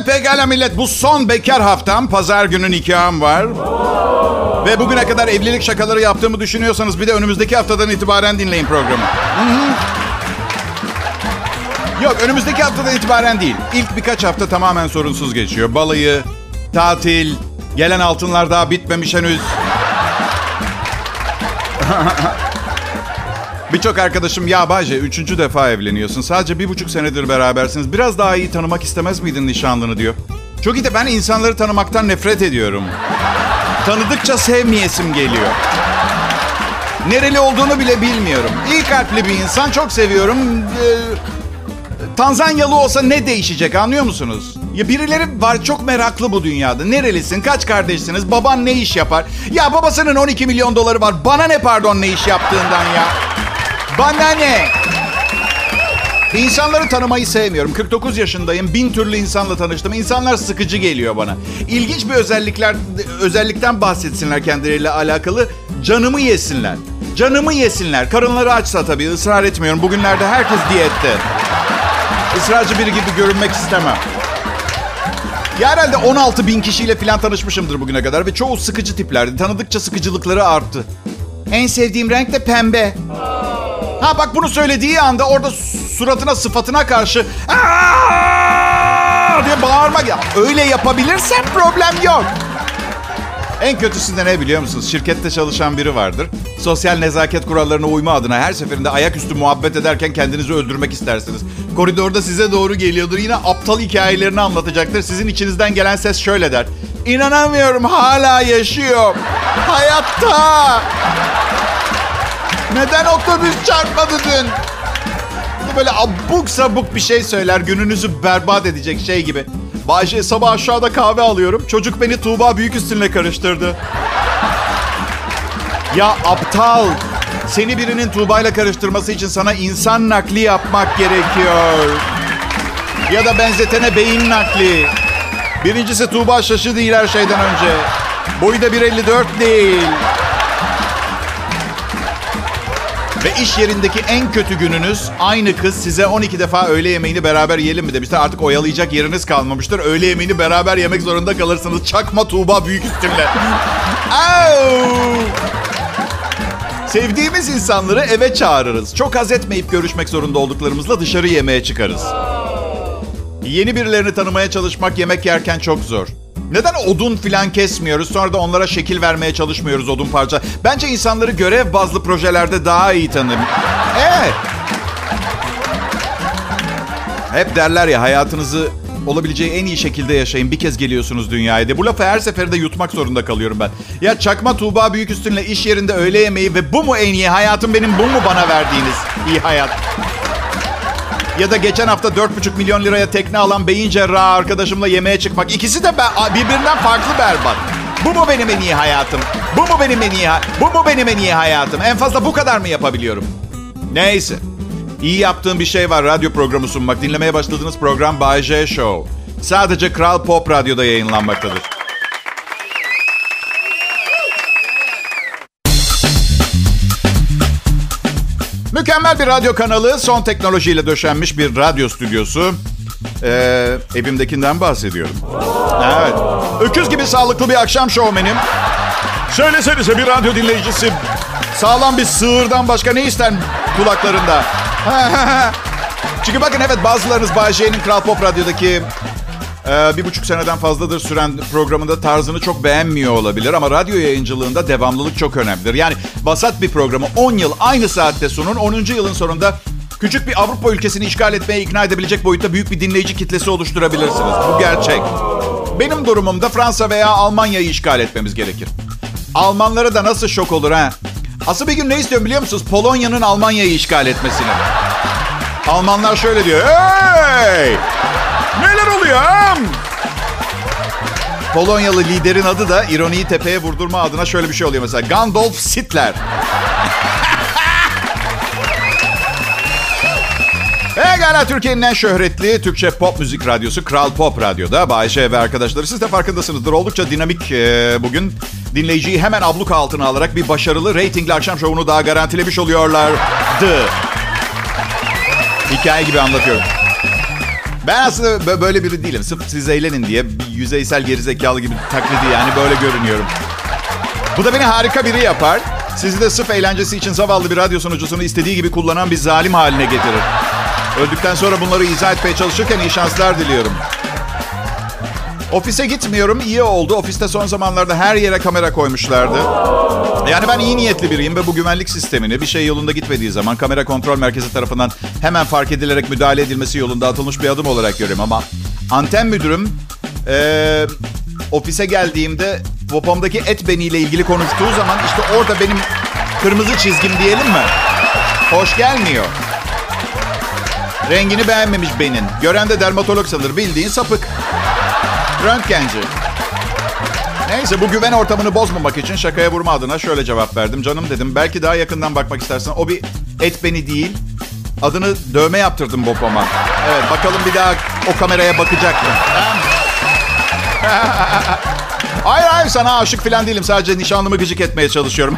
pekala millet. Bu son bekar haftam. Pazar günü nikahım var. Ve bugüne kadar evlilik şakaları yaptığımı düşünüyorsanız bir de önümüzdeki haftadan itibaren dinleyin programı. Yok, önümüzdeki haftadan itibaren değil. İlk birkaç hafta tamamen sorunsuz geçiyor. Balayı, tatil, gelen altınlar daha bitmemiş henüz. Birçok arkadaşım, ya Bayce 3. defa evleniyorsun. Sadece 1,5 senedir berabersiniz. Biraz daha iyi tanımak istemez miydin nişanlını diyor. Çok iyi de ben insanları tanımaktan nefret ediyorum. Tanıdıkça sevmeyesim geliyor. Nereli olduğunu bile bilmiyorum. İyi kalpli bir insan, çok seviyorum. Tanzanyalı olsa ne değişecek, anlıyor musunuz? Ya birileri var çok meraklı bu dünyada. Nerelisin, kaç kardeşsiniz, baban ne iş yapar? Ya babasının 12 milyon doları var. Bana ne pardon ne iş yaptığından ya? Bana ne? İnsanları tanımayı sevmiyorum. 49 yaşındayım. 1000 türlü insanla tanıştım. İnsanlar sıkıcı geliyor bana. İlginç bir özellikten bahsetsinler kendileriyle alakalı. Canımı yesinler. Canımı yesinler. Karınları açsa tabii, ısrar etmiyorum. Bugünlerde herkes diyette. Israrcı biri gibi görünmek istemem. Ya herhalde 16 bin kişiyle falan tanışmışımdır bugüne kadar. Ve çoğu sıkıcı tiplerdi. Tanıdıkça sıkıcılıkları arttı. En sevdiğim renk de pembe. Ha bak, bunu söylediği anda orada suratına, sıfatına karşı "Aa!" diye bağırmak. Ya öyle yapabilirsen problem yok. En kötüsü de ne biliyor musunuz? Şirkette çalışan biri vardır. Sosyal nezaket kurallarına uyma adına her seferinde ayaküstü muhabbet ederken kendinizi öldürmek istersiniz. Koridorda size doğru geliyordur. Yine aptal hikayelerini anlatacaktır. Sizin içinizden gelen ses şöyle der: İnanamıyorum, hala yaşıyor. Hayatta. Neden otobüs çarpmadı dün? Böyle abuk sabuk bir şey söyler. Gününüzü berbat edecek şey gibi. Bayşe, sabah aşağıda kahve alıyorum. Çocuk beni Tuğba Büyüküstün'le karıştırdı. Ya aptal. Seni birinin Tuğba'yla karıştırması için sana insan nakli yapmak gerekiyor. Ya da benzetene beyin nakli. Birincisi, Tuğba şaşı değil her şeyden önce. Boyu da 1.54 değil. Ve iş yerindeki en kötü gününüz, aynı kız size 12 defa öğle yemeğini beraber yiyelim mi demiştir. Artık oyalayacak yeriniz kalmamıştır. Öğle yemeğini beraber yemek zorunda kalırsınız. Çakma Tuğba Büyüküstün'le. Sevdiğimiz insanları eve çağırırız. Çok haz etmeyip görüşmek zorunda olduklarımızla dışarı yemeğe çıkarız. Yeni birilerini tanımaya çalışmak yemek yerken çok zor. Neden odun filan kesmiyoruz? Sonra da onlara şekil vermeye çalışmıyoruz odun parça. Bence insanları görev bazlı projelerde daha iyi tanırım. Evet. Hep derler ya, hayatınızı olabileceği en iyi şekilde yaşayın. Bir kez geliyorsunuz dünyaya diye. Bu lafı her seferinde yutmak zorunda kalıyorum ben. Ya çakma Tuğba Büyüküstün'le iş yerinde öğle yemeği ve bu mu en iyi hayatım benim, bu mu bana verdiğiniz iyi hayat? Ya da geçen hafta 4,5 milyon liraya tekne alan beyin cerrahı arkadaşımla yemeğe çıkmak. İkisi de birbirinden farklı berbat. Bu mu benim en iyi hayatım? Bu mu benim en iyi hayatım? En fazla bu kadar mı yapabiliyorum? Neyse. İyi yaptığım bir şey var. Radyo programı sunmak. Dinlemeye başladığınız program Bay J Show. Sadece Kral Pop Radyo'da yayınlanmaktadır. Mükemmel bir radyo kanalı, son teknolojiyle döşenmiş bir radyo stüdyosu. Evimdekinden bahsediyorum. Evet. Öküz gibi sağlıklı bir akşam şovmenim. Söylesenize, bir radyo dinleyicisi sağlam bir sığırdan başka ne ister kulaklarında? Çünkü bakın, evet, bazılarınız Bay J'nin Kral Pop Radyo'daki 1,5 seneden fazladır süren programında tarzını çok beğenmiyor olabilir. Ama radyo yayıncılığında devamlılık çok önemlidir. Yani vasat bir programı 10 yıl aynı saatte sunun. 10. yılın sonunda küçük bir Avrupa ülkesini işgal etmeye ikna edebilecek boyutta büyük bir dinleyici kitlesi oluşturabilirsiniz. Bu gerçek. Benim durumumda Fransa veya Almanya'yı işgal etmemiz gerekir. Almanlara da nasıl şok olur ha? Asıl bir gün ne istiyorum biliyor musunuz? Polonya'nın Almanya'yı işgal etmesini. Almanlar şöyle diyor: hey! Neler oluyor? Polonyalı liderin adı da ironiyi tepeye vurdurma adına şöyle bir şey oluyor mesela. Gandalf Hitler. Pekala, Türkiye'nin en şöhretli Türkçe pop müzik radyosu Kral Pop Radyo'da Bay J ve arkadaşları, siz de farkındasınızdır, oldukça dinamik bugün. Dinleyiciyi hemen abluka altına alarak bir başarılı reytingli akşam şovunu daha garantilemiş oluyorlardı. Hikaye gibi anlatıyorum. Ben aslında böyle biri değilim. Sırf siz eğlenin diye bir yüzeysel gerizekalı gibi taklidi, yani böyle görünüyorum. Bu da beni harika biri yapar. Sizi de sırf eğlencesi için zavallı bir radyo sunucusunu istediği gibi kullanan bir zalim haline getirir. Öldükten sonra bunları izah etmeye çalışırken iyi şanslar diliyorum. Ofise gitmiyorum. İyi oldu. Ofiste son zamanlarda her yere kamera koymuşlardı. Yani ben iyi niyetli biriyim ve bu güvenlik sistemini bir şey yolunda gitmediği zaman kamera kontrol merkezi tarafından hemen fark edilerek müdahale edilmesi yolunda atılmış bir adım olarak görüyorum. Ama anten müdürüm ofise geldiğimde popomdaki et beniyle ilgili konuştuğu zaman işte orada benim kırmızı çizgim diyelim mi? Hoş gelmiyor. Rengini beğenmemiş benin. Gören de dermatolog sanır. Bildiğin sapık. Röntgenci. Neyse, bu güven ortamını bozmamak için şakaya vurma adına şöyle cevap verdim. Canım dedim, belki daha yakından bakmak istersen. O bir et beni değil. Adını dövme yaptırdım popoma. Evet, bakalım bir daha o kameraya bakacak mı? Hayır sana aşık falan değilim. Sadece nişanlımı gıcık etmeye çalışıyorum.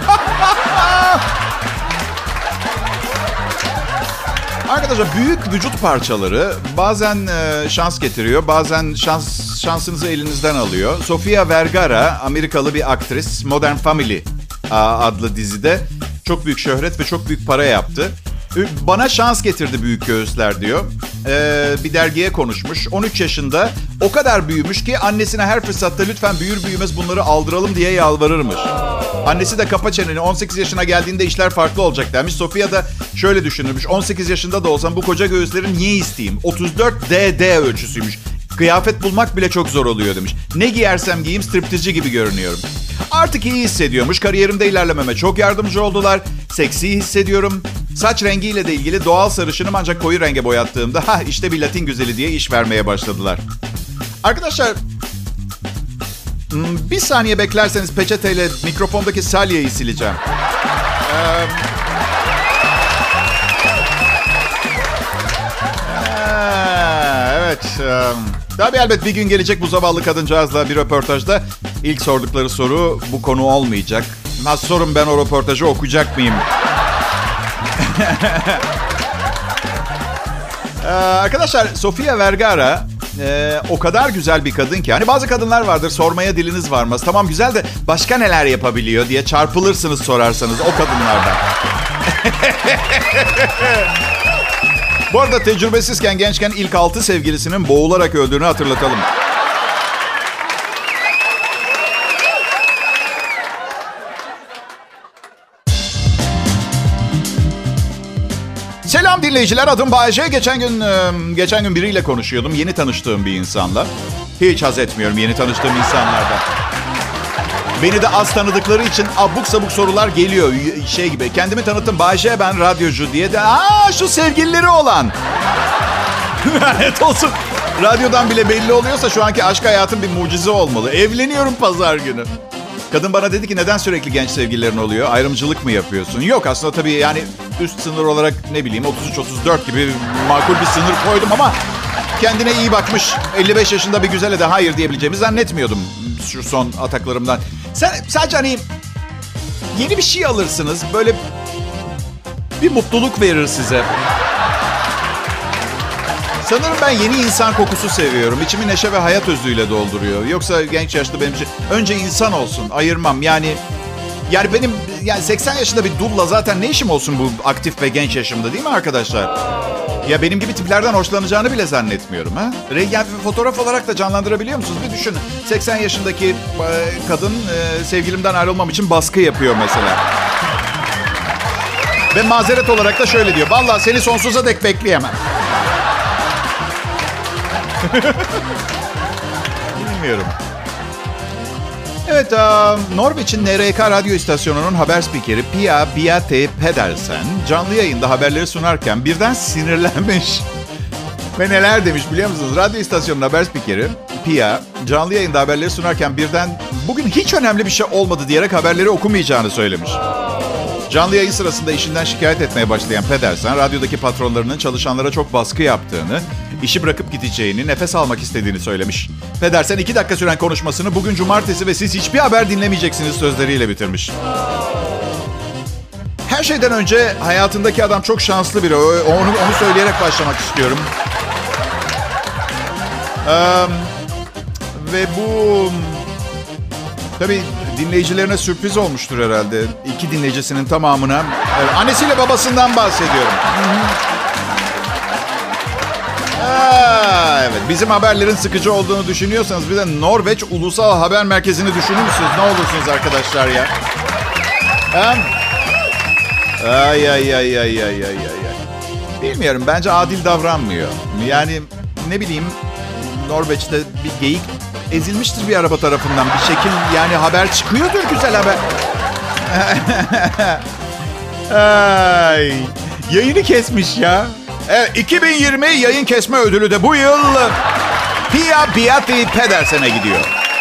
Arkadaşlar, büyük vücut parçaları bazen şans getiriyor, bazen şansınızı elinizden alıyor. Sofia Vergara, Amerikalı bir aktris, Modern Family adlı dizide çok büyük şöhret ve çok büyük para yaptı. Bana şans getirdi büyük göğüsler diyor. Bir dergiye konuşmuş. 13 yaşında o kadar büyümüş ki annesine her fırsatta lütfen büyür büyümez bunları aldıralım diye yalvarırmış. Annesi de kapa çeneni, 18 yaşına geldiğinde işler farklı olacak demiş. Sofia da şöyle düşünürmüş. 18 yaşında da olsam bu koca göğüsleri niye isteyeyim? 34 DD ölçüsüymüş. Kıyafet bulmak bile çok zor oluyor demiş. Ne giyersem giyeyim striptizci gibi görünüyorum. Artık iyi hissediyormuş. Kariyerimde ilerlememe çok yardımcı oldular. Seksi hissediyorum. Saç rengiyle de ilgili doğal sarışınım, ancak koyu renge boyattığımda işte bir Latin güzeli diye iş vermeye başladılar. Arkadaşlar, bir saniye beklerseniz peçeteyle mikrofondaki salyayı sileceğim. Evet. Tabii elbet bir gün gelecek bu zavallı kadıncağızla bir röportajda. İlk sordukları soru bu konu olmayacak. Nasıl sorun, ben o röportajı okuyacak mıyım? Arkadaşlar, Sofia Vergara o kadar güzel bir kadın ki. Hani bazı kadınlar vardır, sormaya diliniz varmaz. Tamam güzel de başka neler yapabiliyor diye çarpılırsınız sorarsanız, o kadınlardan. Bu arada tecrübesizken, gençken ilk 6 sevgilisinin boğularak öldüğünü hatırlatalım. Selam dinleyiciler, adım Bayece. Geçen gün biriyle konuşuyordum. Yeni tanıştığım bir insanla. Hiç haz etmiyorum yeni tanıştığım insanlardan. Beni de az tanıdıkları için abuk sabuk sorular geliyor. Şey gibi, kendimi tanıttım. Bayece, ben radyocu diye de. Şu sevgilileri olan. Lanet olsun. Radyodan bile belli oluyorsa şu anki aşk hayatım bir mucize olmalı. Evleniyorum pazar günü. Kadın bana dedi ki, neden sürekli genç sevgililerin oluyor? Ayrımcılık mı yapıyorsun? Yok aslında, tabii yani üst sınır olarak ne bileyim 33-34 gibi makul bir sınır koydum ama kendine iyi bakmış 55 yaşında bir güzele de hayır diyebileceğimi zannetmiyordum şu son ataklarımdan. Sadece hani yeni bir şey alırsınız, böyle bir mutluluk verir size. Sanırım ben yeni insan kokusu seviyorum. İçimi neşe ve hayat özüyle dolduruyor. Yoksa genç yaşta benim için önce insan olsun, ayırmam. Yani benim 80 yaşında bir dulla zaten ne işim olsun bu aktif ve genç yaşımda, değil mi arkadaşlar? Ya benim gibi tiplerden hoşlanacağını bile zannetmiyorum. Ha? Yani fotoğraf olarak da canlandırabiliyor musunuz? Bir düşünün. 80 yaşındaki kadın sevgilimden ayrılmam için baskı yapıyor mesela. Ve mazeret olarak da şöyle diyor. Vallahi seni sonsuza dek bekleyemem. Bilmiyorum. Evet, Norveç'in NRK radyo istasyonunun haber spikeri Pia Beate Pedersen canlı yayında haberleri sunarken birden sinirlenmiş. Ve neler demiş biliyor musunuz? Radyo istasyonunun haber spikeri Pia canlı yayında haberleri sunarken birden bugün hiç önemli bir şey olmadı diyerek haberleri okumayacağını söylemiş. Canlı yayın sırasında işinden şikayet etmeye başlayan Pedersen, radyodaki patronlarının çalışanlara çok baskı yaptığını, işi bırakıp gideceğini, nefes almak istediğini söylemiş. Pedersen 2 dakika süren konuşmasını bugün cumartesi ve siz hiçbir haber dinlemeyeceksiniz sözleriyle bitirmiş. Her şeyden önce hayatındaki adam çok şanslı biri. Onu söyleyerek başlamak istiyorum. Ve bu tabii dinleyicilerine sürpriz olmuştur herhalde. 2 dinleyicisinin tamamına. Annesiyle babasından bahsediyorum. Evet, bizim haberlerin sıkıcı olduğunu düşünüyorsanız bir de Norveç Ulusal Haber Merkezi'ni düşünür müsünüz? Ne olursunuz arkadaşlar ya? Ay. Bilmiyorum, bence adil davranmıyor. Yani ne bileyim, Norveç'te bir geyik ezilmiştir bir araba tarafından. Bir şekil, yani haber çıkıyordur, güzel haber. Ay, yayını kesmiş ya. Evet, 2020 yayın kesme ödülü de bu yıl Pia Beate Pedersen'e gidiyor.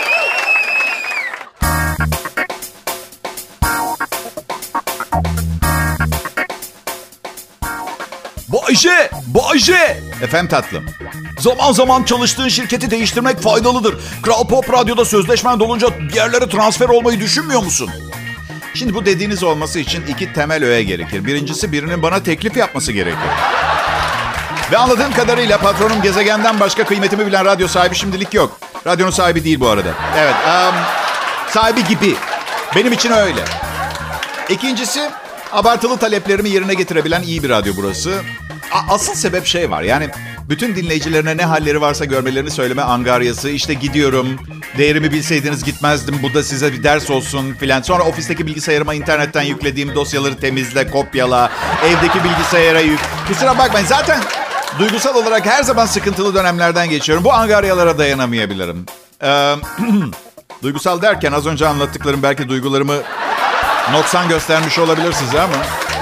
Bayce. Efendim tatlım. Zaman zaman çalıştığın şirketi değiştirmek faydalıdır. Kral Pop Radyo'da sözleşmen dolunca yerlere transfer olmayı düşünmüyor musun? Şimdi bu dediğiniz olması için 2 temel öğe gerekir. Birincisi, birinin bana teklif yapması gerekir. Ve anladığım kadarıyla patronum gezegenden başka kıymetimi bilen radyo sahibi şimdilik yok. Radyonun sahibi değil bu arada. Evet, sahibi gibi. Benim için öyle. İkincisi, abartılı taleplerimi yerine getirebilen iyi bir radyo burası. Asıl sebep şey var, yani bütün dinleyicilerine ne halleri varsa görmelerini söyleme angaryası. İşte gidiyorum, değerimi bilseydiniz gitmezdim, bu da size bir ders olsun filan. Sonra ofisteki bilgisayarıma internetten yüklediğim dosyaları temizle, kopyala, evdeki bilgisayara yük. Kusura bakmayın, zaten duygusal olarak her zaman sıkıntılı dönemlerden geçiyorum. Bu angaryalara dayanamayabilirim. Duygusal derken az önce anlattıklarım belki duygularımı noksan göstermiş olabilir size ama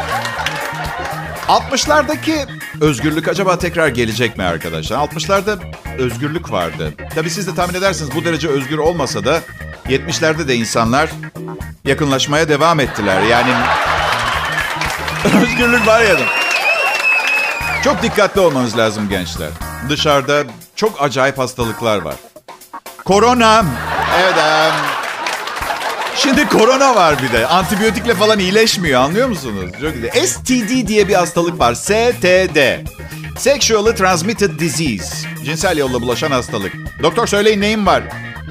60'lardaki özgürlük acaba tekrar gelecek mi arkadaşlar? 60'larda özgürlük vardı. Tabii siz de tahmin edersiniz, bu derece özgür olmasa da 70'lerde de insanlar yakınlaşmaya devam ettiler. Yani özgürlük var ya da. Çok dikkatli olmanız lazım gençler. Dışarıda çok acayip hastalıklar var. Korona. Evet. Şimdi korona var bir de. Antibiyotikle falan iyileşmiyor, anlıyor musunuz? Çok güzel. STD diye bir hastalık var. STD. Sexually Transmitted Disease. Cinsel yolla bulaşan hastalık. Doktor söyleyin, neyim var?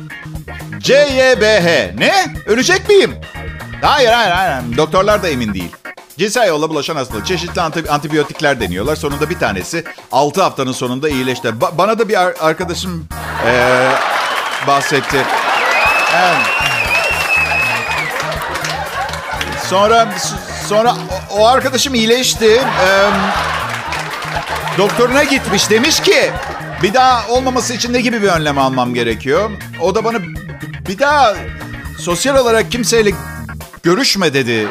CYBH. Ne? Ölecek miyim? Hayır. Doktorlar da emin değil. Cinsel yolla bulaşan hastalık. Çeşitli antibiyotikler deniyorlar. Sonunda bir tanesi 6 haftanın sonunda iyileşti. Bana da bir arkadaşım bahsetti. Evet. Sonra o arkadaşım iyileşti. Doktoruna gitmiş. Demiş ki bir daha olmaması için ne gibi bir önlem almam gerekiyor? O da bana bir daha sosyal olarak kimseyle görüşme dedi.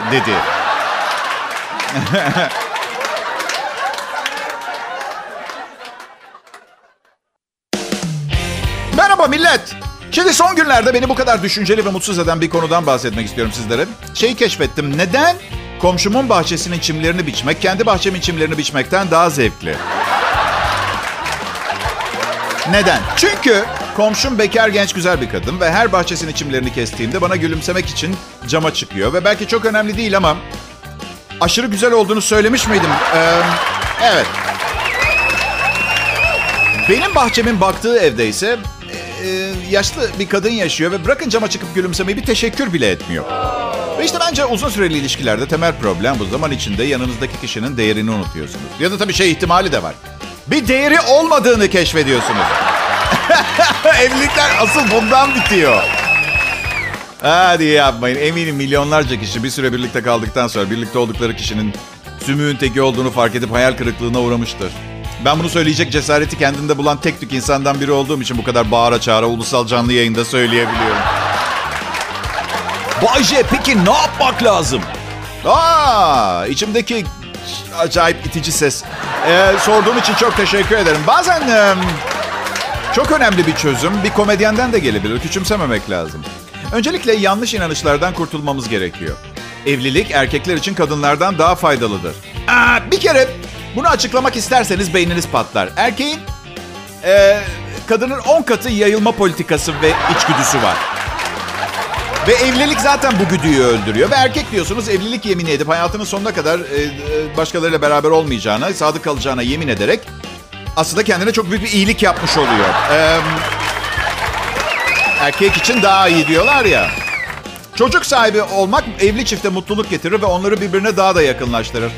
Merhaba millet. Şimdi son günlerde beni bu kadar düşünceli ve mutsuz eden bir konudan bahsetmek istiyorum sizlere. Şeyi keşfettim. Neden komşumun bahçesinin çimlerini biçmek, kendi bahçemin çimlerini biçmekten daha zevkli? Neden? Çünkü komşum bekar, genç, güzel bir kadın ve her bahçesinin çimlerini kestiğimde bana gülümsemek için cama çıkıyor. Ve belki çok önemli değil ama aşırı güzel olduğunu söylemiş miydim? Evet. Benim bahçemin baktığı evde ise yaşlı bir kadın yaşıyor ve bırakın cama çıkıp gülümsemeyi, bir teşekkür bile etmiyor. Ve işte bence uzun süreli ilişkilerde temel problem bu. Zaman içinde yanınızdaki kişinin değerini unutuyorsunuz. Ya da tabii ihtimali de var. Bir değeri olmadığını keşfediyorsunuz. Evlilikler asıl bundan bitiyor. Hadi yapmayın. Eminim milyonlarca kişi bir süre birlikte kaldıktan sonra birlikte oldukları kişinin sümüğün teki olduğunu fark edip hayal kırıklığına uğramıştır. Ben bunu söyleyecek cesareti kendinde bulan tek tük insandan biri olduğum için bu kadar bağıra çağıra ulusal canlı yayında söyleyebiliyorum. Bay J, peki ne yapmak lazım? İçimdeki acayip itici ses. Sorduğum için çok teşekkür ederim. Bazen çok önemli bir çözüm bir komedyenden de gelebilir. Küçümsememek lazım. Öncelikle yanlış inanışlardan kurtulmamız gerekiyor. Evlilik erkekler için kadınlardan daha faydalıdır. Bir kere bunu açıklamak isterseniz beyniniz patlar. Erkeğin kadının 10 katı yayılma politikası ve içgüdüsü var. Ve evlilik zaten bu güdüyü öldürüyor. Ve erkek diyorsunuz, evlilik yemini edip hayatının sonuna kadar başkalarıyla beraber olmayacağına, sadık kalacağına yemin ederek aslında kendine çok büyük bir iyilik yapmış oluyor. Erkek için daha iyi diyorlar ya. Çocuk sahibi olmak evli çifte mutluluk getirir ve onları birbirine daha da yakınlaştırır.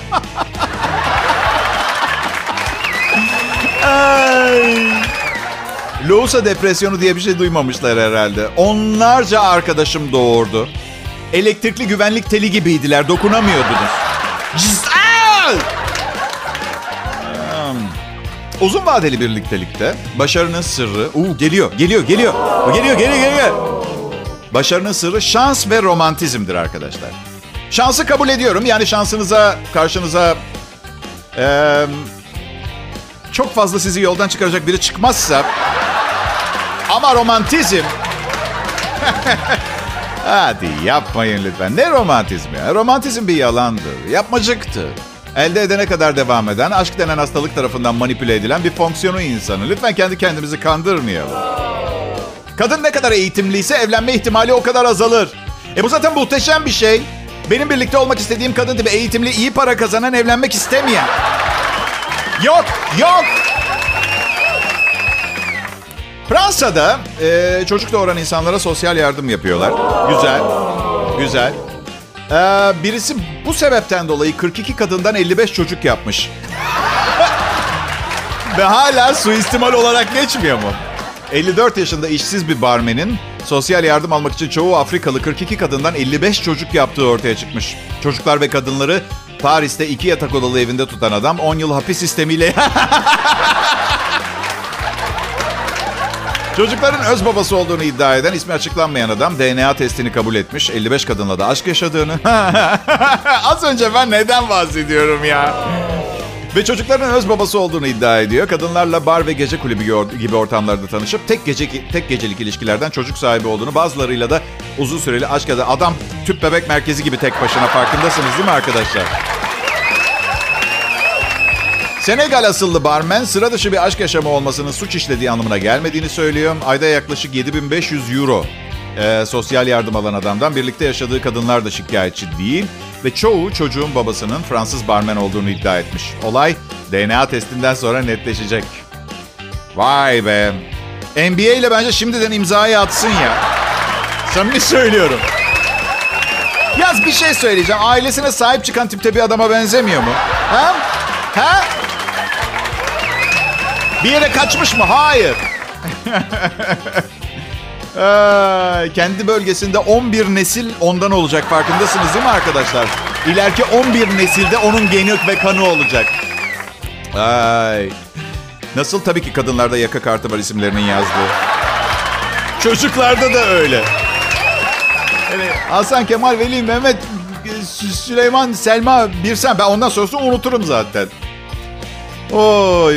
Lohusa depresyonu diye bir şey duymamışlar herhalde. Onlarca arkadaşım doğurdu. Elektrikli güvenlik teli gibiydiler. Dokunamıyordunuz. Uzun vadeli birliktelikte başarının sırrı... Geliyor. Başarının sırrı şans ve romantizmdir arkadaşlar. Şansı kabul ediyorum. Yani karşınıza çok fazla sizi yoldan çıkaracak biri çıkmazsa... Ama romantizm... Hadi yapmayın lütfen. Ne romantizmi ya? Romantizm bir yalandır. Yapmacıktır. Elde edene kadar devam eden, aşk denen hastalık tarafından manipüle edilen bir fonksiyonu insanı. Lütfen kendi kendimizi kandırmayalım. Kadın ne kadar eğitimliyse evlenme ihtimali o kadar azalır. Bu zaten muhteşem bir şey. Benim birlikte olmak istediğim kadın tipi eğitimli, iyi para kazanan, evlenmek istemeyen. Yok. Fransa'da çocuk doğuran insanlara sosyal yardım yapıyorlar. Güzel. Birisi bu sebepten dolayı 42 kadından 55 çocuk yapmış. Ve hala suistimal olarak geçmiyor mu? 54 yaşında işsiz bir barmenin sosyal yardım almak için çoğu Afrikalı 42 kadından 55 çocuk yaptığı ortaya çıkmış. Çocuklar ve kadınları Paris'te 2 yatak odalı evinde tutan adam 10 yıl hapis sistemiyle... Çocukların öz babası olduğunu iddia eden ismi açıklanmayan adam DNA testini kabul etmiş. 55 kadınla da aşk yaşadığını. Az önce ben neden bahsediyorum ya? Ve çocukların öz babası olduğunu iddia ediyor. Kadınlarla bar ve gece kulübü gibi ortamlarda tanışıp tek gecelik ilişkilerden çocuk sahibi olduğunu, bazılarıyla da uzun süreli aşk ya da adam tüp bebek merkezi gibi tek başına, farkındasınız değil mi arkadaşlar? Senegal asıllı barmen sıra dışı bir aşk yaşamı olmasının suç işlediği anlamına gelmediğini söylüyor. Ayda yaklaşık 7.500 euro sosyal yardım alan adamdan. Birlikte yaşadığı kadınlar da şikayetçi değil. Ve çoğu çocuğun babasının Fransız barmen olduğunu iddia etmiş. Olay DNA testinden sonra netleşecek. Vay be. NBA ile bence şimdiden imzayı atsın ya. Samimi söylüyorum. Yaz bir şey söyleyeceğim. Ailesine sahip çıkan tipte bir adama benzemiyor mu? Ha? Bir yere kaçmış mı? Hayır. Kendi bölgesinde 11 nesil ondan olacak. Farkındasınız değil mi arkadaşlar? İleriki 11 nesilde onun geni ve kanı olacak. Nasıl? Tabii ki kadınlarda yaka kartı var isimlerinin yazdığı. Çocuklarda da öyle. Evet, Hasan, Kemal, Veli, Mehmet, Süleyman, Selma, Birsen. Ben ondan sonrasını unuturum zaten. Oy.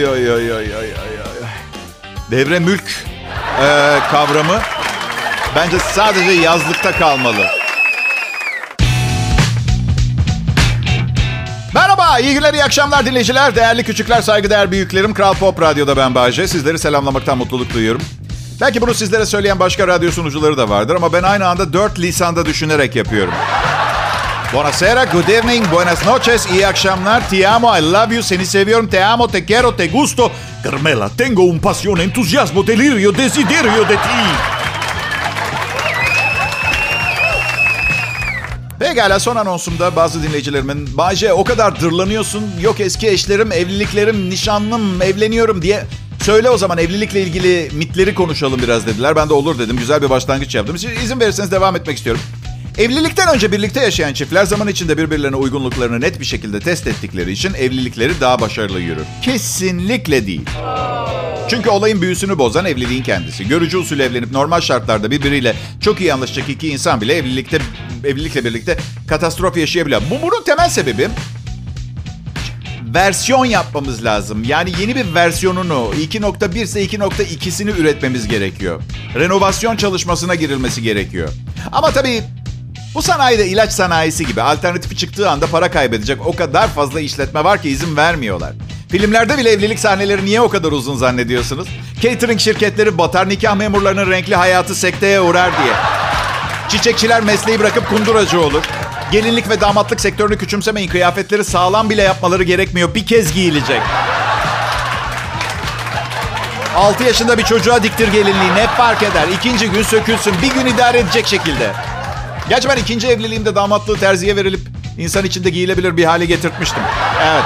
Devre mülk kavramı bence sadece yazlıkta kalmalı. Merhaba, iyi günler, iyi akşamlar dinleyiciler. Değerli küçükler, saygıdeğer büyüklerim. Kral Pop Radyo'da ben Bayce. Sizleri selamlamaktan mutluluk duyuyorum. Belki bunu sizlere söyleyen başka radyo sunucuları da vardır ama ben aynı anda 4 lisanda düşünerek yapıyorum. Buonasera, good evening, buenas noches, iyi akşamlar, te amo, I love you, seni seviyorum, te amo, te quiero, te gusto, Carmela, tengo un pasión, entusiasmo, delirio, desiderio de ti. Pekala, son anonsumda bazı dinleyicilerimin Bayce o kadar dırlanıyorsun, yok eski eşlerim, evliliklerim, nişanlım, evleniyorum diye söyle o zaman evlilikle ilgili mitleri konuşalım biraz dediler. Ben de olur dedim, güzel bir başlangıç yaptım. İzin verirseniz devam etmek istiyorum. Evlilikten önce birlikte yaşayan çiftler zaman içinde birbirlerine uygunluklarını net bir şekilde test ettikleri için evlilikleri daha başarılı yürür. Kesinlikle değil. Çünkü olayın büyüsünü bozan evliliğin kendisi. Görücü usulü evlenip normal şartlarda birbiriyle çok iyi anlaşacak iki insan bile evlilikle birlikte katastrof yaşayabiliyor. Bunun temel sebebi versiyon yapmamız lazım. Yani yeni bir versiyonunu 2.1 ise 2.2'sini üretmemiz gerekiyor. Renovasyon çalışmasına girilmesi gerekiyor. Ama tabii bu sanayide ilaç sanayisi gibi alternatifi çıktığı anda para kaybedecek o kadar fazla işletme var ki izin vermiyorlar. Filmlerde bile evlilik sahneleri niye o kadar uzun zannediyorsunuz? Catering şirketleri batar, nikah memurlarının renkli hayatı sekteye uğrar diye. Çiçekçiler mesleği bırakıp kunduracı olur. Gelinlik ve damatlık sektörünü küçümsemeyin. Kıyafetleri sağlam bile yapmaları gerekmiyor. Bir kez giyilecek. 6 yaşında bir çocuğa diktir gelinliği, ne fark eder? 2. gün sökülsün, bir gün idare edecek şekilde. Gerçi ben 2. evliliğimde damatlığı terziye verilip insan içinde giyilebilir bir hale getirtmiştim. Evet.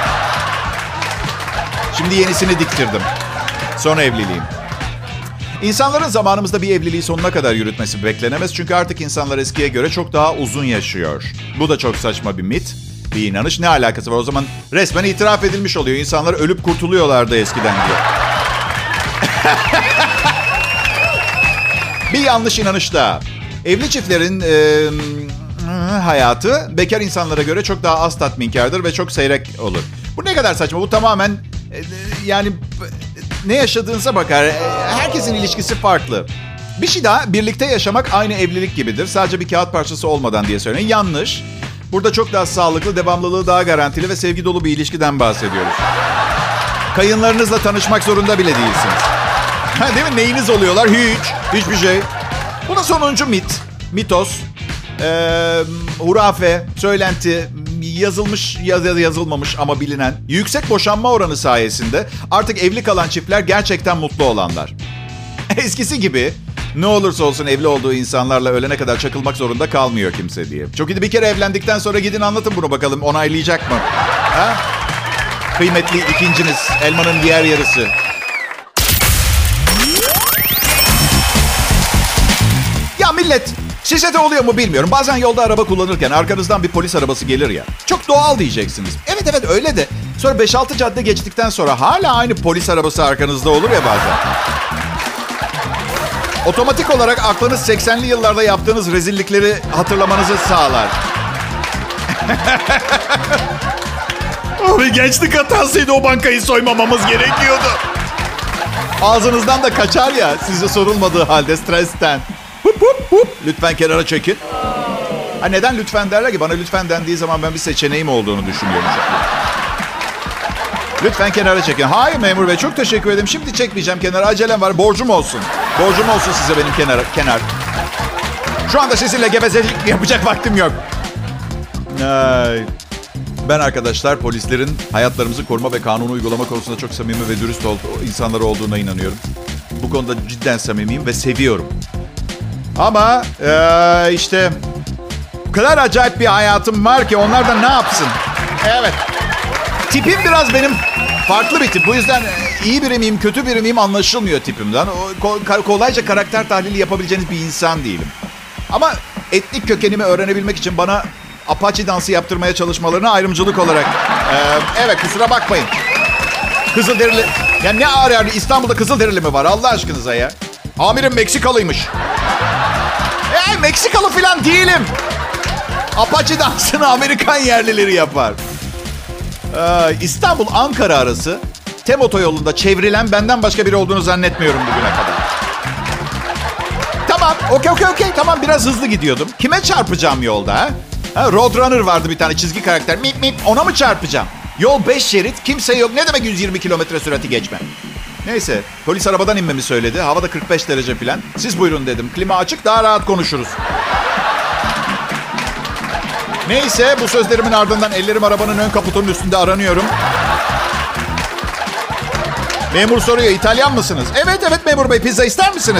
Şimdi yenisini diktirdim. Son evliliğim. İnsanların zamanımızda bir evliliği sonuna kadar yürütmesi beklenemez. Çünkü artık insanlar eskiye göre çok daha uzun yaşıyor. Bu da çok saçma bir mit, bir inanış. Ne alakası var? O zaman resmen itiraf edilmiş oluyor. İnsanlar ölüp kurtuluyorlardı eskiden diye. Bir yanlış inanış daha. Evli çiftlerin hayatı bekar insanlara göre çok daha az tatminkardır ve çok seyrek olur. Bu ne kadar saçma. Bu tamamen yani ne yaşadığınıza bakar. Herkesin ilişkisi farklı. Bir şey daha, birlikte yaşamak aynı evlilik gibidir. Sadece bir kağıt parçası olmadan diye söyleniyor. Yanlış. Burada çok daha sağlıklı, devamlılığı daha garantili ve sevgi dolu bir ilişkiden bahsediyoruz. Kayınlarınızla tanışmak zorunda bile değilsiniz. Değil mi? Neyiniz oluyorlar? Hiçbir şey. Bu da sonuncu mit. Mitos. Hurafe, söylenti, yazılmış ya da yazılmamış ama bilinen. Yüksek boşanma oranı sayesinde artık evli kalan çiftler gerçekten mutlu olanlar. Eskisi gibi ne olursa olsun evli olduğu insanlarla ölene kadar çakılmak zorunda kalmıyor kimse diye. Çok iyi, bir kere evlendikten sonra gidin anlatın bunu bakalım, onaylayacak mı? Ha? Kıymetli ikinciniz, elmanın diğer yarısı. Ya millet, size de oluyor mu bilmiyorum. Bazen yolda araba kullanırken arkanızdan bir polis arabası gelir ya. Çok doğal diyeceksiniz. Evet öyle de. Sonra 5-6 cadde geçtikten sonra hala aynı polis arabası arkanızda olur ya bazen. Otomatik olarak aklınız 80'li yıllarda yaptığınız rezillikleri hatırlamanızı sağlar. Bir gençlik hatasıydı, o bankayı soymamamız gerekiyordu. Ağzınızdan da kaçar ya size sorulmadığı halde stresten. Lütfen kenara çekin. Ha, neden lütfen derler ki? Bana lütfen dendiği zaman ben bir seçeneğim olduğunu düşünüyorum. Lütfen kenara çekin. Hayır memur bey, çok teşekkür ederim. Şimdi çekmeyeceğim kenara. Acelem var. Borcum olsun. Borcum olsun size benim kenar. Şu anda sizinle gevezelik yapacak vaktim yok. Ben arkadaşlar polislerin hayatlarımızı koruma ve kanunu uygulama konusunda çok samimi ve dürüst insanlar olduğuna inanıyorum. Bu konuda cidden samimiyim ve seviyorum. Ama işte o kadar acayip bir hayatım var ki onlar da ne yapsın? Evet. Tipim biraz benim farklı bir tip. Bu yüzden iyi biri miyim, kötü biri miyim anlaşılmıyor tipimden. Kolayca karakter tahlili yapabileceğiniz bir insan değilim. Ama etnik kökenimi öğrenebilmek için bana Apache dansı yaptırmaya çalışmalarına ayrımcılık olarak. Evet, kusura bakmayın. Kızılderili. Ya ne ağır yani, İstanbul'da Kızılderili mi var Allah aşkınıza ya? Amirim Meksikalıymış. Meksikalı falan değilim. Apache dansını Amerikan yerlileri yapar. İstanbul-Ankara arası TEM otoyolunda çevrilen benden başka biri olduğunu zannetmiyorum bugüne kadar. Tamam, okey. Tamam, biraz hızlı gidiyordum. Kime çarpacağım yolda ha? Roadrunner vardı bir tane çizgi karakter. Mip, ona mı çarpacağım? Yol 5 şerit, kimse yok. Ne demek 120 kilometre sürati geçme? Neyse, polis arabadan inmemi söyledi. Havada 45 derece falan. Siz buyurun dedim. Klima açık, daha rahat konuşuruz. Neyse, bu sözlerimin ardından ellerim arabanın ön kaputunun üstünde aranıyorum. Memur soruyor, İtalyan mısınız? Evet memur bey, pizza ister misiniz?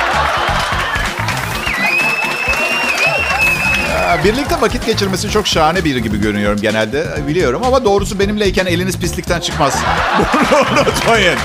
Birlikte vakit geçirmesi çok şahane biri gibi görünüyorum genelde. Biliyorum ama doğrusu benimleyken eliniz pislikten çıkmaz. Bunu unutmayın.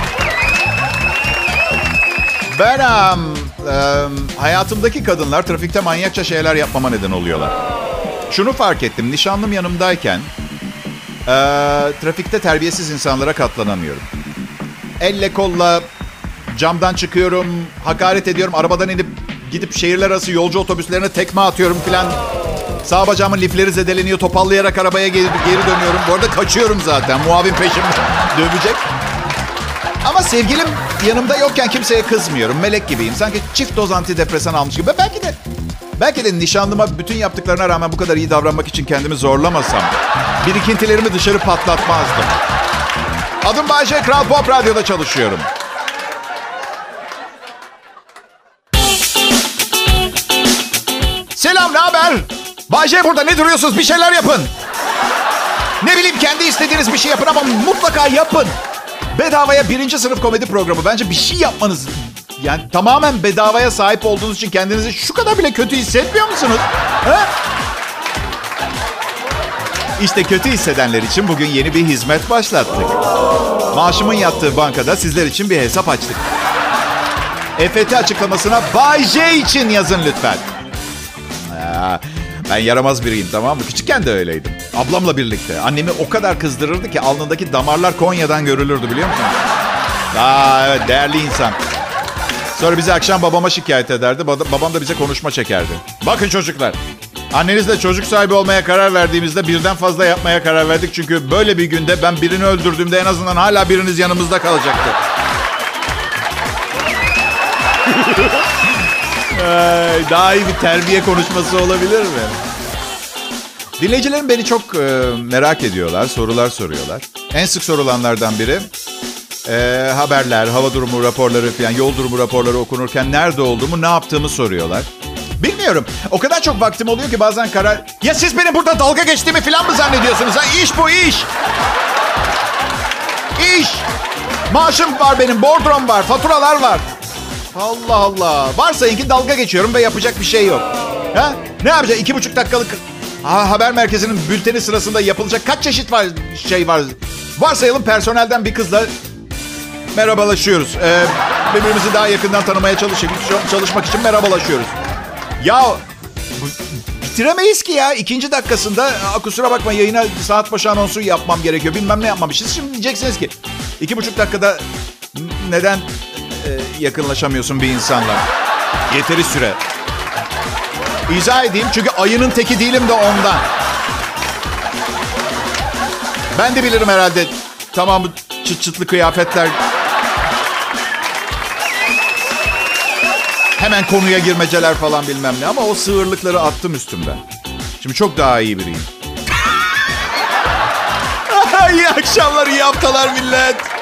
Ben hayatımdaki kadınlar trafikte manyakça şeyler yapmama neden oluyorlar. Şunu fark ettim. Nişanlım yanımdayken trafikte terbiyesiz insanlara katlanamıyorum. Elle kolla camdan çıkıyorum, hakaret ediyorum, arabadan inip gidip şehirler arası yolcu otobüslerine tekme atıyorum filan. Sağ bacağımın lifleri zedeleniyor, topallayarak arabaya geri dönüyorum. Bu arada kaçıyorum zaten. Muavin peşimde dövecek. Ama sevgilim yanımda yokken kimseye kızmıyorum. Melek gibiyim. Sanki çift doz antidepresan almış gibi. Belki de nişanlıma bütün yaptıklarına rağmen bu kadar iyi davranmak için kendimi zorlamasam, birikintilerimi dışarı patlatmazdım. Adım Bay J. Kral Pop Radyo'da çalışıyorum. Selam, ne haber? Bay J burada, ne duruyorsunuz? Bir şeyler yapın. Ne bileyim, kendi istediğiniz bir şey yapın ama mutlaka yapın. Bedavaya 1. sınıf komedi programı. Bence bir şey yapmanız... Yani tamamen bedavaya sahip olduğunuz için kendinizi şu kadar bile kötü hissetmiyor musunuz? Ha? İşte kötü hissedenler için bugün yeni bir hizmet başlattık. Maaşımın yattığı bankada sizler için bir hesap açtık. EFT açıklamasına Bay J için yazın lütfen. Ben yaramaz biriyim, tamam mı? Küçükken de öyleydim. Ablamla birlikte. Annemi o kadar kızdırırdı ki alnındaki damarlar Konya'dan görülürdü, biliyor musun? Evet, değerli insan. Sonra bizi akşam babama şikayet ederdi. Babam da bize konuşma çekerdi. Bakın çocuklar, annenizle çocuk sahibi olmaya karar verdiğimizde birden fazla yapmaya karar verdik. Çünkü böyle bir günde ben birini öldürdüğümde en azından hala biriniz yanımızda kalacaktı. Daha iyi bir terbiye konuşması olabilir mi? Dinleyicilerim beni çok merak ediyorlar, sorular soruyorlar. En sık sorulanlardan biri haberler, hava durumu raporları falan, yol durumu raporları okunurken nerede olduğumu, ne yaptığımı soruyorlar. Bilmiyorum. O kadar çok vaktim oluyor ki bazen karar... Ya siz benim burada dalga geçtiğimi falan mı zannediyorsunuz? Ha? İş bu, iş. İş. Maaşım var benim, bordrom var, faturalar var. Allah Allah. Varsayın ki dalga geçiyorum ve yapacak bir şey yok. Ha? Ne yapacağız? 2,5 dakikalık haber merkezinin bülteni sırasında yapılacak kaç çeşit şey var. Varsayalım personelden bir kızla merhabalaşıyoruz. Birbirimizi daha yakından tanımaya çalışmak için merhabalaşıyoruz. Ya bitiremeyiz ki ya. 2. dakikasında kusura bakma, yayına saat başı anonsu yapmam gerekiyor. Bilmem ne yapmamışız. Şimdi diyeceksiniz ki 2,5 dakikada neden yakınlaşamıyorsun bir insanla? Yeteri süre. İzah edeyim, çünkü ayının teki değilim de ondan. Ben de bilirim herhalde. Tamam, bu çıt çıtlı kıyafetler. Hemen konuya girmeceler falan bilmem ne. Ama o sığırlıkları attım üstümden. Şimdi çok daha iyi biriyim. İyi akşamlar, iyi haftalar millet.